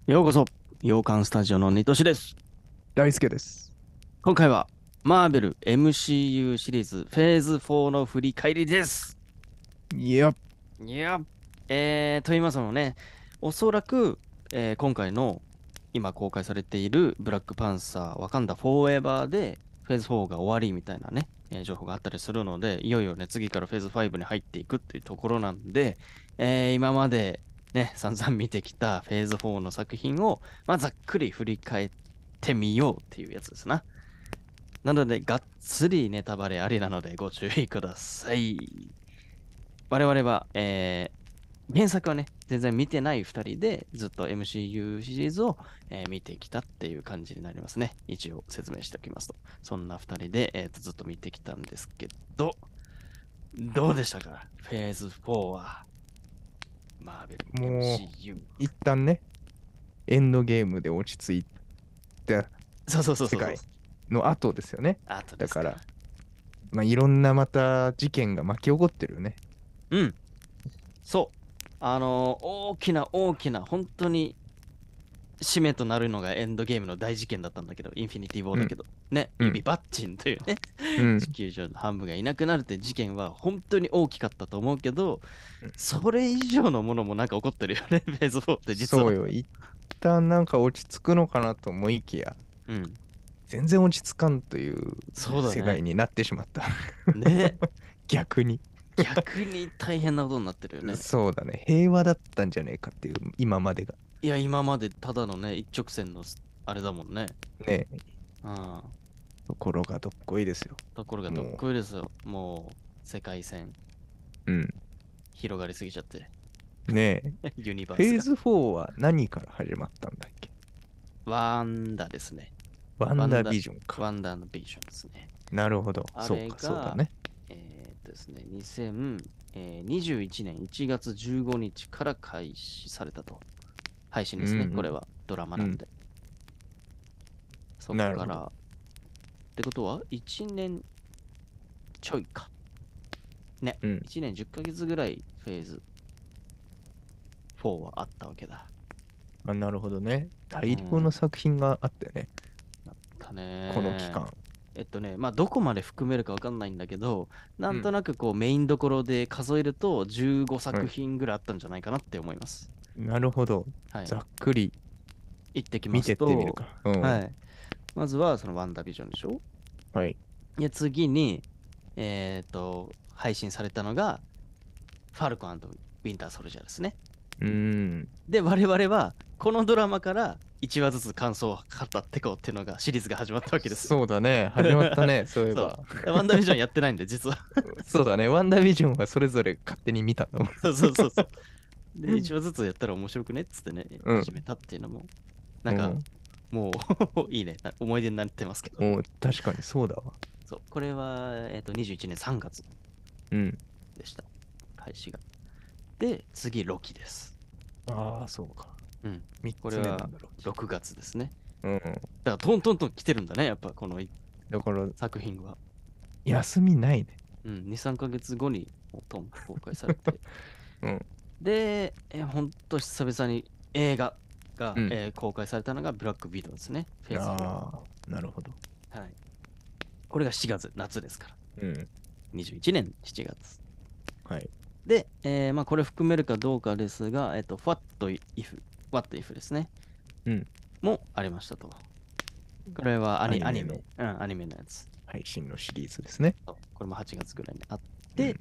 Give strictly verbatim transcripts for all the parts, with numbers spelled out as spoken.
ようこそ、洋館スタジオのニトシです。 大輔です。 今回は、マーベル エムシーユー シリーズフェーズフォーの振り返りです。 いや、 いや、えー、と言いますのもね、おそらく、えー今回の今公開されているブラックパンサー、ワカンダフォーエバーでフェーズフォーが終わりみたいなね、えー情報があったりするので、いよいよね、次からフェーズファイブに入っていくっていうところなんで、えー今までね、散々見てきたフェーズフォーの作品を、まあ、ざっくり振り返ってみようっていうやつですな。なので、がっつりネタバレありなのでご注意ください。我々は、えー原作はね、全然見てないふたりで、ずっと エムシーユー シリーズを、えー見てきたっていう感じになりますね。一応説明しておきますと。そんなふたりで、えーとずっと見てきたんですけど、どうでしたかフェーズフォーは、マーベルもう、 エムシーユー。 一旦ね、エンドゲームで落ち着いたそうそうそうそうそう。 世界の後ですよね。 あとでだから、 すから。 まあ、いろんなまた事件が巻き起こってるよね。 うん。そう。あのー大きな大きな、本当に締めとなるのがエンドゲームの大事件だったんだけど、インフィニティ・ウォーうん、 だけど、ね、 うん、 指バッチンというね、 うん。 地球上の半分がいなくなるって事件は本当に大きかったと思うけど、それ以上のものもなんか起こってるよね、フェーズフォーって実は。 そうよ。一旦なんか落ち着くのかなと思いきや、 うん、 全然落ち着かんという世そうだね。 界になってしまった。 ね、 逆に。 逆に大変なことになってるよね。 そうだね。平和だったんじゃねえかっていう、今までが。 いや、今までただのね、一直線のすあれだもんね。 ね。 うん。 ところがどっこいですよ。 ところがどっもこいですよ。もう、世界線う。うん。 広がりすぎちゃって、 ねえ。 ユニバースが。 フェーズフォーは何から始まったんだっけ？ ワンダですね。 ワンダーワンダ、 ビジョンか。 ワンダーのビジョンですね。 なるほど。 あそうか、そうだれが、 ね。 えーっとですね、にせんにじゅういちねんいちがつじゅうごにちから開始されたと。配信うですね。これんはドラマうん。 なんで。そうん。 っなるほど。 から、ってことはいちねんちょいか。ね。 うん。 いちねんじゅっかげつぐらいフェーズフォーはあったわけだ。 あ、なるほどね。大量のうん。 作品があってね。 だこの期ね。 間。 えっとね、まあ、どこまで含めるかわかんないんだけど、なんとうん。 なくこうメインどころで数えるとじゅうごさくはい。 品ぐらいあったんじゃないかなって思います。 なるほど。 はい。 ざっくり言ってきま見てってみるすと、 か。うん。 はい。まずはそのワンダービジョンでしょ。 はい。 で、次に、えっと、配信されたのが、ファルコンウィンターソルジャーですね。 うーん。 で、我々は、このドラマからいちわずつ感想を語ってこうっていうのが、シリーズが始まったわけですよ。 そうだね。始まったね。そういえそば。 う。ワンダービジョンやってないんで、実は。 そうだね。ワンダービジョンはそれぞれ勝手に見たの。 そうそうそうそう。で、いちわずつやったら面白くねっつってね、 うん。 始めたっていうのも、なんか、 うん。 もういいね。思い出になってますけど。 うん。確かにそうだわ。 そう。これは、えっと、にじゅういちねんさんがつうん。 でした。開始が。で、次、ロキです。 ああ、そうか。 うん。 三つ目なこれはんだろろくがつですね。 う。うん。 だから、トントントン来てるんだね。やっぱ、このいだから、 作品は。 休みないね。 うん。に、さんかげつごに、もうトン公開されて。 うん。 で、え、ほんと久々に映画が、 うん。 えー公開されたのがブラックビドウですね。フェーズフォああ、なるほど。 ー。はい。これがしがつ、夏ですから。 うん。 にじゅういちねんしちがつ。 はい。 で、えーまあ、これ含めるかどうかですが、えっと、What if、What if ですね。 うん。 もありましたと。これはアニ、アニメ、 アニメのうん、アニメのやつ。 配信のシリーズですね。 そうこれもはちがつぐらいにあって、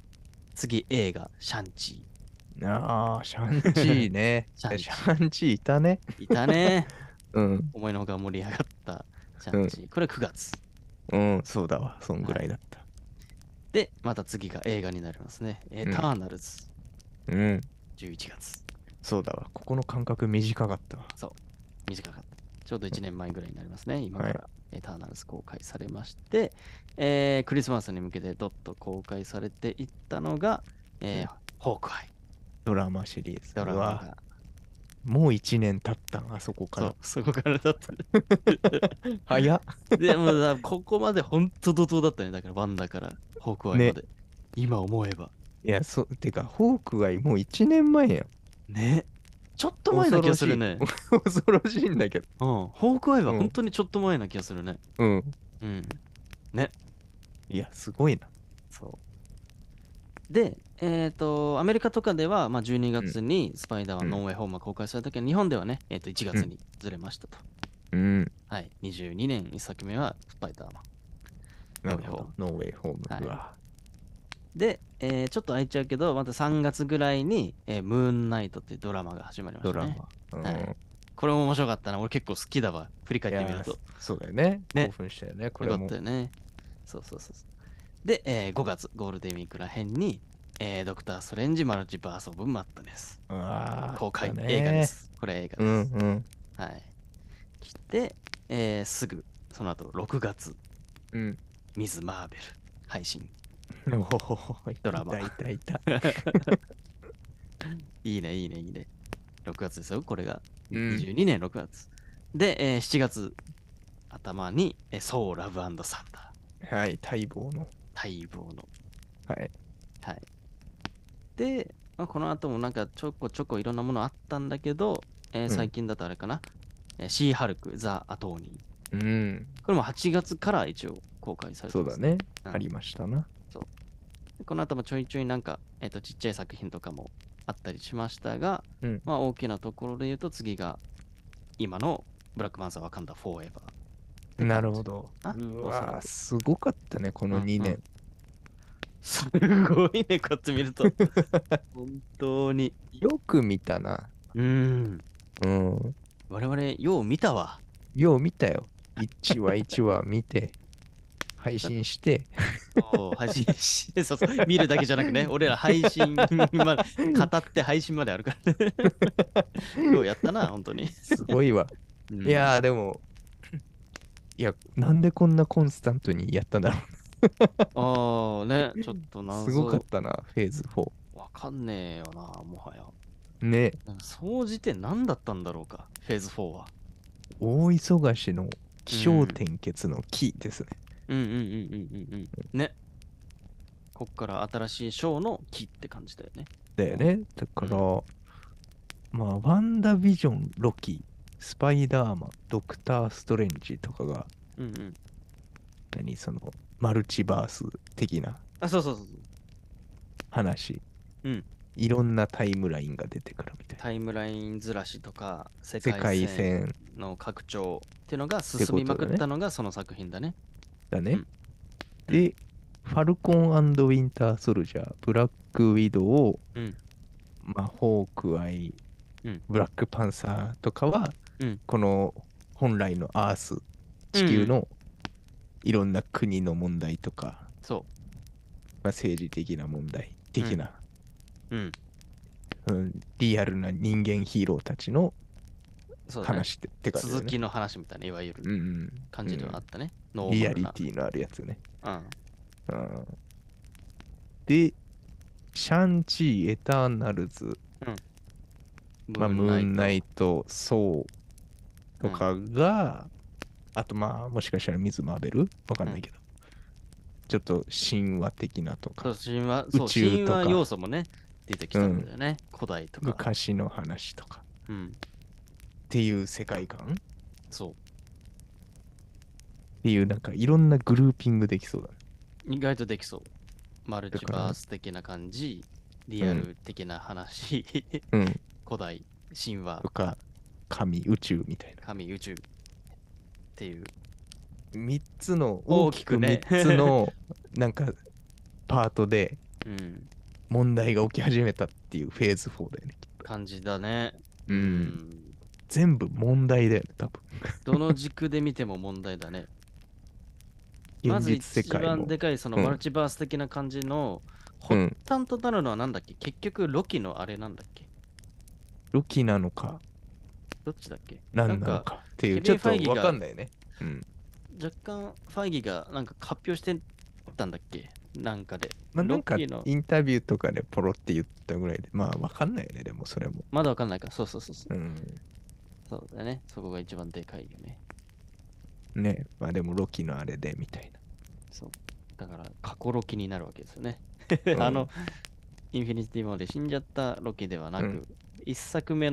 うん。 次映画、シャンチああ、シャンチー。 ーね。 シャンシチャンチーいたね。 ー。いたね。 うん。 思いのほか盛り上がったシャうん。 ンチー。これくがつ。 うん、そうだわ。そんぐはい。 らいだった。 で、また次が映画になりますね。エうん。 ターナルズ、 うん。 じゅういちがつ。 そうだわ。ここの間隔短かったわ。 そう、短かった。ちょうどいちねんまえぐらいになりますね。今はい。 からエターナルズ公開されまして、えークリスマスに向けてどっと公開されていったのが、 うん。 えーホークアイ、 ドラマシリーズ。 ドうわ、 ラマが。 もう一年経ったん、あそこから。 そう、そこからだったね。 早っ。 でもだ、ここまで本当怒涛だったね。だからワンダからホークアイまね。 で。今思えば。 いや、そう、てか、ホークアイもう一年前やん。 ね。 ちょっと前な気がするね。 恐ろしいんだけど。 うん。ホークアイはうん本当にちょっと前な気がするね。 うん。 うん。ね。 いや、すごいな。 そう。で、えっと、アメリカとかでは、まあ、じゅうにがつにスパイダーマンうんノーウェイホームが公開されたけど、日本ではね、えっと、1 うん月にずれましたと。 うん。 はい。にじゅうにねんいっさくめはスパイダーマン。 なるほど。ノーウェイホーム。 はいうわ。 で、えーちょっと空いちゃうけど、またさんがつぐらいに、えームーンナイトっていうドラマが始まりましドラたね。 マ。うん。 はいこれも面白かったな。俺結構好きだわ。振り返いやー、 ってみると。 そうだよね。 ね興奮したよね。こよかっれも。 たよね。そうそうそうそう。で、えーごがつ、ゴールデンウィークらへんに、えードクター・ストレンジ・マルチバース・オブ・マットネス。 うわー公開、 だね映画です。これ映画うです。 んうん。 はい。来て、えーすぐ、その後ろくがつ、 うん。 ミズ・マーベル、配信。 おードラマいたいたいた。 いいね、いいね、いいね。ろくがつですよ、これが。 うんにじゅうにねんろくがつ。で、えーしちがつ頭に、えーソーラブサンダー。 はい、待望の。 待望の。 はい。 はい。で、まあ、この後もなんかちょこちょこいろんなものあったんだけど、えーうん最近だとあれかな。えーシーハルク、ザ・アトーニー。 うん。 これもはちがつから一応公開されてます。 そうだね。 うんありましたな。 でこの後もちょいちょいなんか、えっと、ちっちゃい作品とかもあったりしましたが、 うん。 まあ大きなところで言うと次が今のブラックパンサーワカンダフォーエバー。 なるほど。 あうおそらくわーすごかったね、このにねん。 すごいね、こうやって見ると。本当に。 よく見たな。 うーん。 うん。 我々、よう見たわ。 よう見たよ。いちわいちわ見て、配信して、 そう配信し、そうそう、見るだけじゃなくね、俺ら配信まで、語って配信まであるからね。ようやったな、本当に。 すごいわ。 うんいやー、でも、いや、なんでこんなコンスタントにやったんだろああね、ちょっとう。 謎。 すごかったな、フェーズフォわかんねえよな、もはや。 ー。ね、 総じて何だったんだろうか、フェーズフォーは。 大忙しの気象転結の木ですね。 うんうんうんうんうんうん。ね。こっから新しいショーの木って感じだよね。 だよね。だから、まあ、ワンダービジョン、ロキ、スパイダーマン、ドクター・ストレンジとかが、 うんうん。 何、その、マルチバース的なあ、そうそうそうそう。 話。 うん。 いろんなタイムラインが出てくるみたいな。 タイムラインずらしとか、世世界界線線の拡張っていうのが進みまくったのがその作品だね。 だね。 うんで、ファルコンウィンター・ソルジャー、ブラック・ウィドウ、 うん。 まあ、ホークアイ、 うんブラック・パンサーとかは、 うんこの本来のアース、地球のいろんな国の問題とか、 そまあ、政治的な問題的な、 う。うん。 うんリアルな人間ヒーローたちのそうだね。 話ってって感じだよね。 続きの話みたいな、いわゆるうんうん感じではあったね。 うんリアノーマルな。 リティのあるやつね。 うん。 うんで、シャンチー、エターナルズ、まあ、ムーンナイト、ソーとかが、あとまあ、もしかしたらミズ・マーベルわかんないけど、ちょっと神話的なとそう、 か、 神話、そう、 宇宙とか神話要素もね、出てきたんだよね。古代とか。 昔の話とかうん。 っていう世界観っそう。 ていうなんかいろんなグルーピングできそうだね。 意外とできそう。マルチバース的な感じ、リアル的な話、 うん。 古代、神話と、か、神、宇宙みたいな。 神、宇宙っていう。 みっつの、 大大きくきくねみっつの、なんか、パートでうん。 問題が起き始めたっていうフェーズフォーだよね。きっと感じだね。 う。 うんん。 全部問題だよね、多分。 どの軸で見ても問題だね。ま現ず一実世界も番。でかいそのうんマルチバース的な感じのうん発端となるのはなんだっけ、結局ロキのあれなんだっけ、 ロキなのか、 どっちだっけ、 何なのなんかっていう、 ケちょっとビンファイギがわかんないね。うん。 若干ファイギがなんか発表してたんだっけ、なんかで。 まあ、なんかロキのインタビューとかでポロって言ったぐらいで、まあわかんないよね、でもそれも。 まだわかんないか。そうそうそうそう。 うん。 そうだね。そこが一番でかいよね。 ね、まあでもロキのあれでみたいな。 そう。だから過去ロキになるわけですよね。 うんあの、インフィニティ・ウォーで死んじゃったロキではなく、 うん一作目の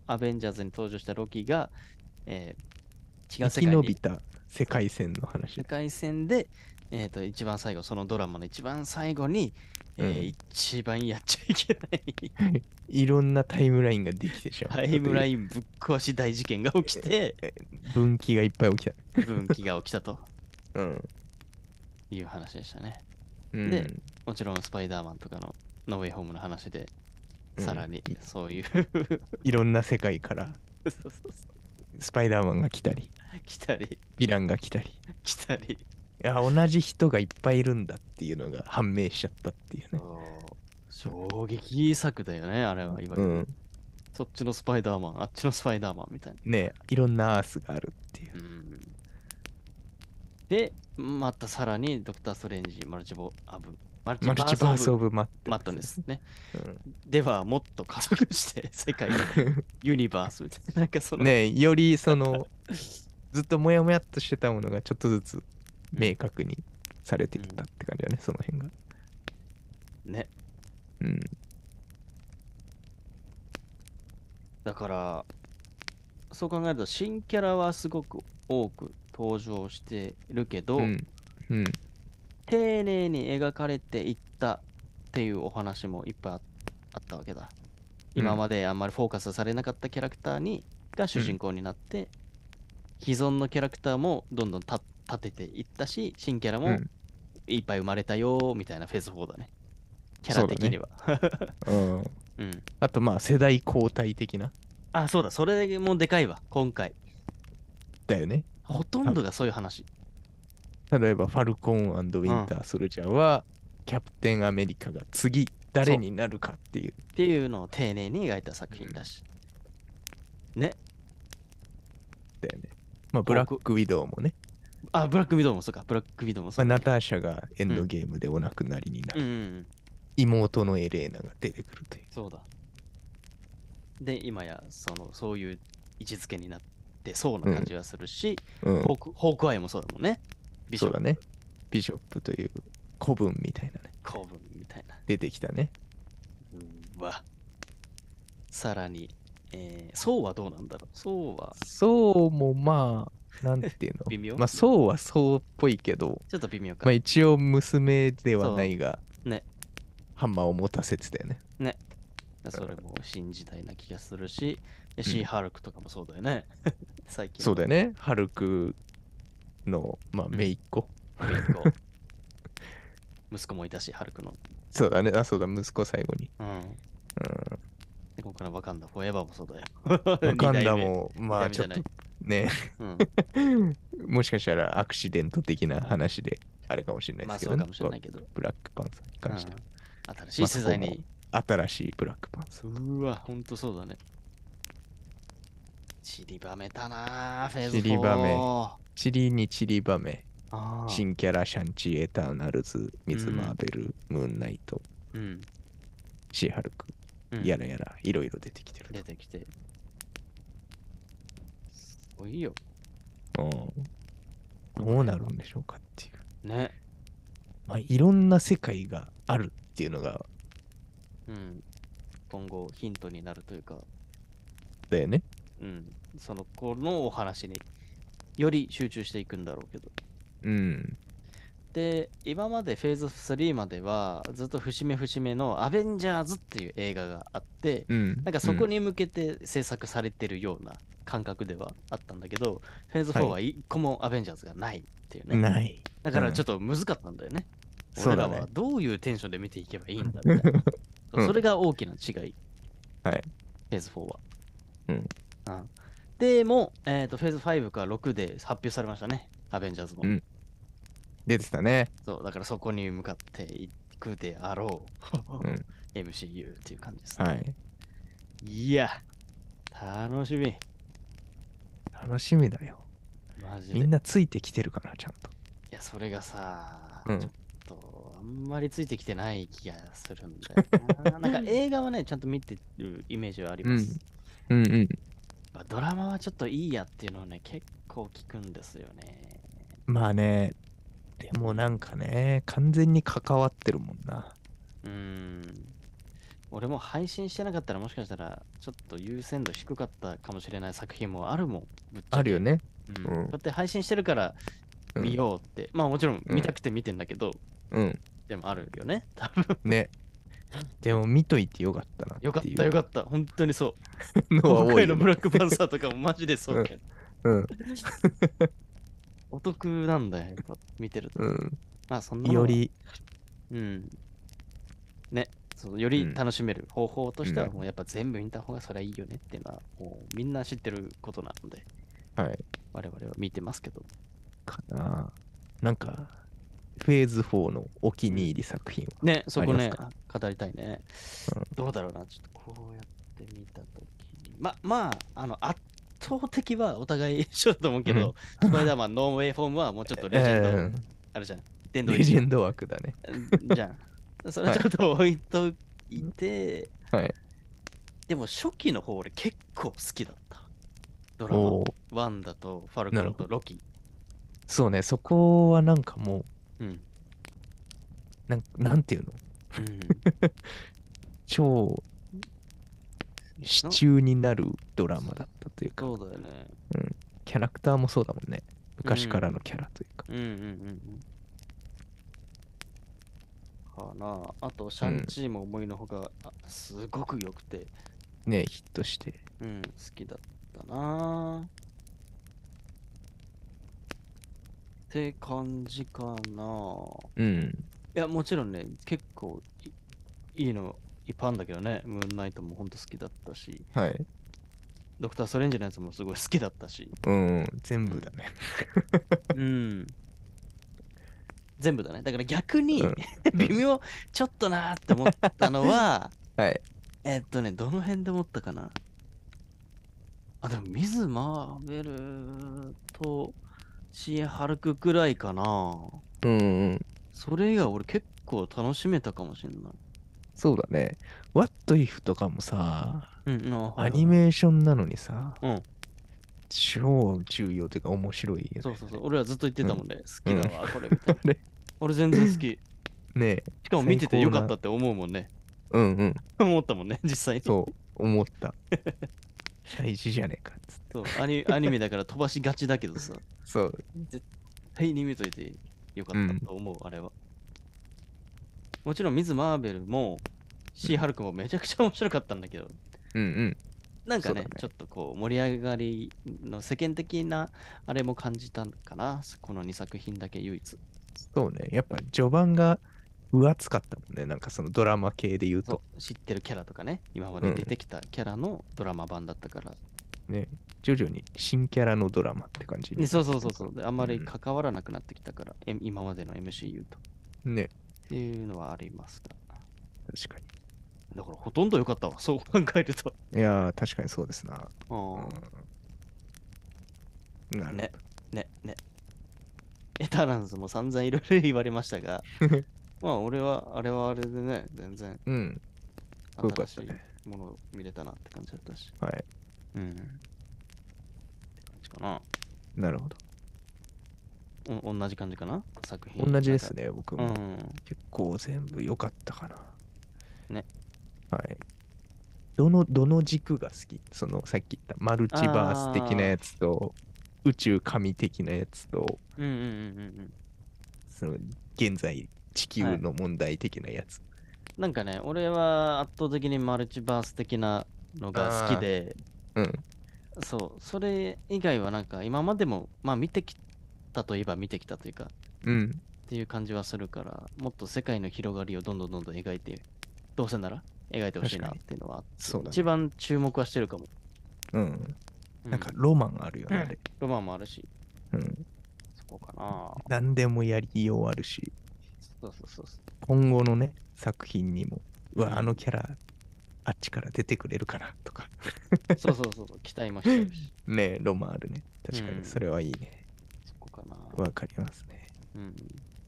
アベンジャーズに登場したロキが、えー違う生き世界に、 延びた世界線の話世。界線で、えっと、一番最後、そのドラマの一番最後に、えーうん。 一番やっちゃいけないいろんなタイムラインができてしまタイったという。 ムラインぶっ壊し大事件が起きて、 え分岐がいっぱい起きた。 分岐が起きたとうん。 いう話でしたね。 うん。 で、もちろんスパイダーマンとかのノーウェイホームの話で、 うんさらにいそういういろんな世界からそうそうそうスパイダーマンが来たり、 来たり、 ヴィランが来たり。い来たり。 や、同じ人がいっぱいいるんだっていうのが判明しちゃったっていうね。 そう衝撃作だよね、あれは。いわゆる。 うん。 そっちのスパイダーマン、あっちのスパイダーマンみたいな。 ねいろんなアースがあるっていう。 うんで、またさらにドクター・ストレンジ、マルチボアブ、マルチマルチバース・オブブ・マットマットネスね。 うんでは、もっと加速して世界、ユニバースみたいな。なんかその、 ねよりその、ずっともやもやっとしてたものがちょっとずつ明確にされてきたって感じだね、その辺が。 ね。 うん。 だから、そう考えると、新キャラはすごく多く登場してるけど、 うん。うん。 丁寧に描かれていったっていうお話もいっぱいああったわけだ。今まであんまりフォーカスされなかったキャラクターにが主人公になって、既存のキャラクターもどんどんた立てていったし、新キャラもうん。 いっぱい生まれたよみたいなフェーズフォーだね。キャラ的には。 うん。 うん。 あとまあ世代交代的な。 あ、そうだ、それもでかいわ、今回。 だよね。 ほとんどがそういう話。 例えばファルコンウィンターソルジャーは、キャプテンアメリカが次誰になるかっていう。 っていうのを丁寧に描いた作品だし。ね。 だよね。まあブラックウィドウもね。 あ、ブラックウィドウもそうか。ブラックウィドウもそまあ、 うだね。 ナターシャがエンドゲームでお亡くなりになる。 うんうんうん。 妹のエレーナが出てくるという。 そうだ。で、今や、その、そういう位置づけになってそうな感じはするし、 うん。 ホークホークアイもそうだもんね。ビショップ、 そうだね。ビショップという古文みたいなね。 公文みたいな。 出てきたね。 うわ。さらに、えー、そうはどうなんだろう。そうは、 そうもまあ、なんていうの。 微妙まあそうはそうっぽいけど、 ちょっと微妙か。 まあ一応娘ではないが、 ね。 ハンマーを持たせてたよね。 ね。それも新時代な気がするし、でシー・ハルクとかもそうだよね。最近の。 そうだよね。ハルクの、まあ、姪っ子。 姪っ子息子もいたし、ハルクの。 そうだね。あ、そうだ、息子最後に。 うん。 うん。 で、ここからワカンダ、フォーエバーもそうだよ。 ワカンダ二代目。 も、まあちょっとね、 うん。 もしかしたらアクシデント的な話であれかもしれないまあですけどね。 そうかもしれないけど。 ブラックパンサーに関しては。 うん新しい世代に。 新しいブラックパンサー。 うわ、ほんとそうだね。散りばめたなぁ、フェーズ散りばめフォー。 チリに散りばめ、 あー新キャラシャンチー、エターナルズ、ミズ・うんマーベル、ムーンナイト、 うん。 シー・ハルク、 うんやらやら、いろいろ出てきてる。 出てきて。すごいよ。 うんどうなるんでしょうかっていう。 ね。 まあ、いろんな世界があるっていうのが、 うん。今後ヒントになるというか、 だよね。 うん。その子のお話により集中していくんだろうけど。 うん。 で、今までフェーズスリーまではずっと節目節目のアベンジャーズっていう映画があって、 うん。 なんかそこに向けて制作されてるような感覚ではあったんだけど、フェーズフォーは一個もアベンジャーズがないっていうね。 うん、ない。 だからちょっと難かったんだよね。 そうだね俺らはどういうテンションで見ていけばいいんだみたいな。 うんそれが大きな違い。 はい。 フェーズフォーは。 うん。 うんでも、えっと、フェーズファイブかろくで発表されましたね。アベンジャーズも。 うん出てたね。 そう、だからそこに向かっていくであろう。 うんエムシーユー っていう感じですね。 はい。 いや、楽しみ。 楽しみだよ。 マジで。 みんなついてきてるかな、ちゃんと。 いや、それがさ、 うんちょっと、あんまりついてきてない気がするんだよな。なんか映画はね、ちゃんと見てるイメージはあります。 うんうん。 まあドラマはちょっといいやっていうのはね、結構聞くんですよね。 まあね、でもなんかね、完全に関わってるもんな。 うーん。 俺も配信してなかったらもしかしたらちょっと優先度低かったかもしれない作品もあるもん、ぶっちゃけ。 あるよね。 うん。 うんこうやって配信してるから見うん。 ようって。まあもちろんうん見たくて見てんだけど、 うん。 でもあるよね。多分。 ね。でも見といてよかったなよかっっていうたよかった。本当にそう。 のは今多いよね。 回のブラックパンサーとかもマジでそうだよ。 うん。 お得なんだよ、やっぱ見てると。 うん。 まあそんなのは、 より、 うん。ね。そうよりうん。 楽しめる方法としては、 うん。 もうやっぱ全部見た方がそれはいいよねっていうのは、もうみんな知ってることなので、 はい。 我々は見てますけど。 かな。なんか、フェーズフォーのお気うん。 に入り作品はね、そこね、 ありますか？ 語りたいね。 うんどうだろうな、ちょっとこうやって見たときに。ま、まあ、あの、圧倒的はお互い一緒だと思うけうん。 ど、スパイダーマンノーウェイフォームはもうちょっとレジェンド、 えーあるじゃん。殿堂入りじゃん。 レジェンド枠だね。 じゃん。それはい。 ちょっと置いといて、 はい。 でも初期の方俺結構好きだった。ドラマ。 おー、 ワンダとファルコンなるほど。 とロキ。 そうね、そこはなんかもうん。 う、なん、なんていうのうん。 超支な、 柱になるドラマだったというか、 そうだよね。 うん、キャラクターもそうだもんね。 う昔からん。 のキャラというか。 うんうんうんうん。かな。あと、シャンうん。 チーも思いのほか、あすごく良くて、 ね、ヒットして。 うん、好きだったな。って感じかな。 うん。 いや、もちろんね、結構いいいのいっぱいあるんだけどね、ムーンナイトもほんと好きだったし、 はい。 ドクター・ストレンジのやつもすごい好きだったし、 うん、 うん。 全部だね。 うん。全部だね。だから逆うにん。う微ん。 妙、ちょっとなーって思ったのは、 はい。 えっとね、どの辺で思ったかな。あ、でも、ミズ・マーベルとシー・ハルクくらいかな。 うんうん。 それ以外俺結構楽しめたかもしれない。 そうだね。What If とかもさ、 うん、あ、はアニいはいはい。 メーションなのにさ、 うん。 超重要というか面白いよね。 そうそうそう。俺はずっと言ってうん。 たもんね。好うん。 きだわ、これみたいな。 あれ、 俺全然好き。 ねえ、 しかも見最ててよ高な。 かったって思うもんね。 うんうん。 思ったもんね、実際に。 そう、思った。大事じゃねえかっつって。 そう、アニ、アニメだから飛ばしがちだけどさ、 そう。 絶対に見といてよかったうん。 と思う、あれは。もちろん、ミズ・マーベルも、シー・うん。 ハルクもめちゃくちゃ面白かったんだけど、 うんうん。 なんかね、 そうだね。 ちょっとこう、盛り上がりの世間的なあれも感じたかな、このにさく品だけ唯一。 そうね。やっぱ序盤が分厚かったもんね。なんかそのドラマ系で言うと。 そう、知ってるキャラとかね、今まうん。 で出てきたキャラのドラマ版だったから。 ね。徐々に新キャラのドラマって感じね、 にそうなってきたから。 そうそうそう。であんまりうん。 関わらなくなってきたから、え今までの エムシーユー と。 ね。 っていうのはありますが。 確かだからほとんど良かったわ、そう考えると。 に。いやー、確かにそうですな。 ううん。なるん。ね、 ほね、ね。エターナルズも散々いろいろ言われましたが、 ど。 まあ俺は、あれはあれでね、全然うん。よか新しったね。 いものを見れたなって感じだったし。 はい。 うん。って感じかな。 なるほど。 お同じ感じかな作品。なんか、 同じですね、僕も。 うん。 結構全部良かったかな。 ね。 はい。どの、どの軸が好き？その、さっき言ったマルチバース的なああ、 やつと、宇宙神的なやつと、 うんうんうんうんその、現在、地うん。は球い。 の問題的なやつ。 なんかね、俺は圧倒的にマルチバース的なのが好きあで、 あ、うん。 そう、それ以外はなんか今までも、まあ見てきたといえば見てきたというか、 うん。 っていう感じはするから、もっと世界の広がりをどんどんどんどん描いて、どうせなら描いてほしいなっ確かに。 ていうのはあって、 そうだね。 一番注目はしてるかも。 うん。なんか、 うん。 ロマンあるよね、あうんれ。 ロマンもあるし、 うん。 そこかな。 何でもやりようあるし、 そうそうそうそ今後のね、作品にも、うう。うわ、あのん。 キャラ、あっちから出てくれるかな、とか。 そうそうそうそう、期待もしてるし。 ねえ、ロマンあるね。 う確かに、そん。 れはいいね。 そこかな。 わかりますね。 うん。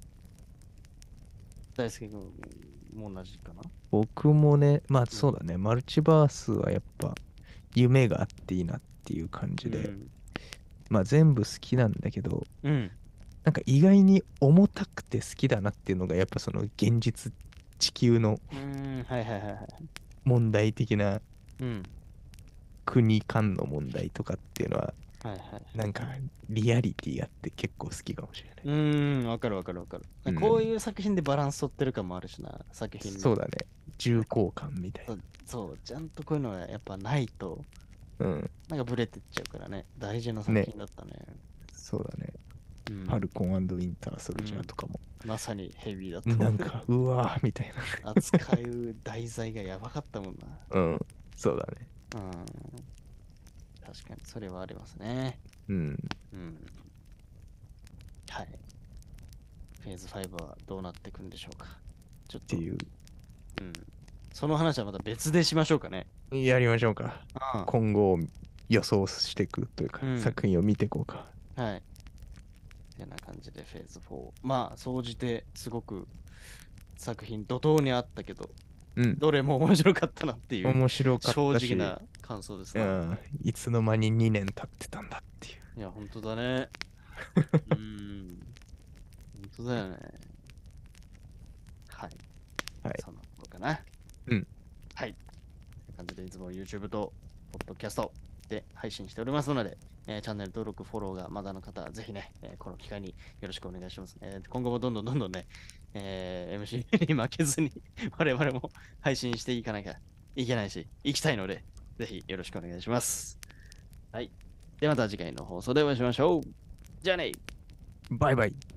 大輔君も同じかな。 僕もね、まあうん。 そうだね、マルチバースはやっぱ夢があっていいなっていう感じで、 うん。 まあ全部好きなんだけど、 うん。 なんか意外に重たくて好きだなっていうのがやっぱその現実地球のうーん。はいはいはいはい。 問題的なうん。 国間の問題とかっていうのは、 はいはい。 なんかリアリティあって結構好きかもしれない。 うーん、わかるわかるわかる。 うんこういう作品でバランス取ってる感もあるしな、作品の。 そうだね。重厚感みたいそうそう、ちゃんとこういうのがやっぱないと、 な。うん。 なんかブレてっちゃうからね。大事な作ね。 品だったね。 そうだね。 うん。 ファルコンウィンターソルジャーとかも。 まさにヘビーだったもんね。 なんか、うわーみたい扱う題材がやばかったもんな。 な。うん。そうだね。 うん。確かに、それはありますね。 うん。 うん。はい。フェーズファイブはどうなっていくんでしょうか。ちょっと、 っていう。 うん。その話はまた別でしましょうかね。 やりましょうか。 あ今後を予想していくというか、 うん作品を見ていこうか。 あはい。てな感じでフェーズフォー。まあ、総じてすごく作品怒涛にあったけど、 うん。 どれも面白かったなっていう面白か正ったし、 直な感想ですうな。 ん、いつの間ににねん経ってたんだっていう。 いや、本当だね。うーん。本当だよね。はい。 はい。 そんなことかな。 うん。 はい。という感じで、いつも YouTube と Podcast で配信しておりますので、えーチャンネル登録、フォローがまだの方は、ぜひね、えーこの機会によろしくお願いします。えー今後もどんどんどんどんね、えー エムシー に負けずに我々も配信していかなきゃいけないし、行きたいので、ぜひよろしくお願いします。はい。ではまた次回の放送でお会いしましょう。じゃあね。 バイバイ。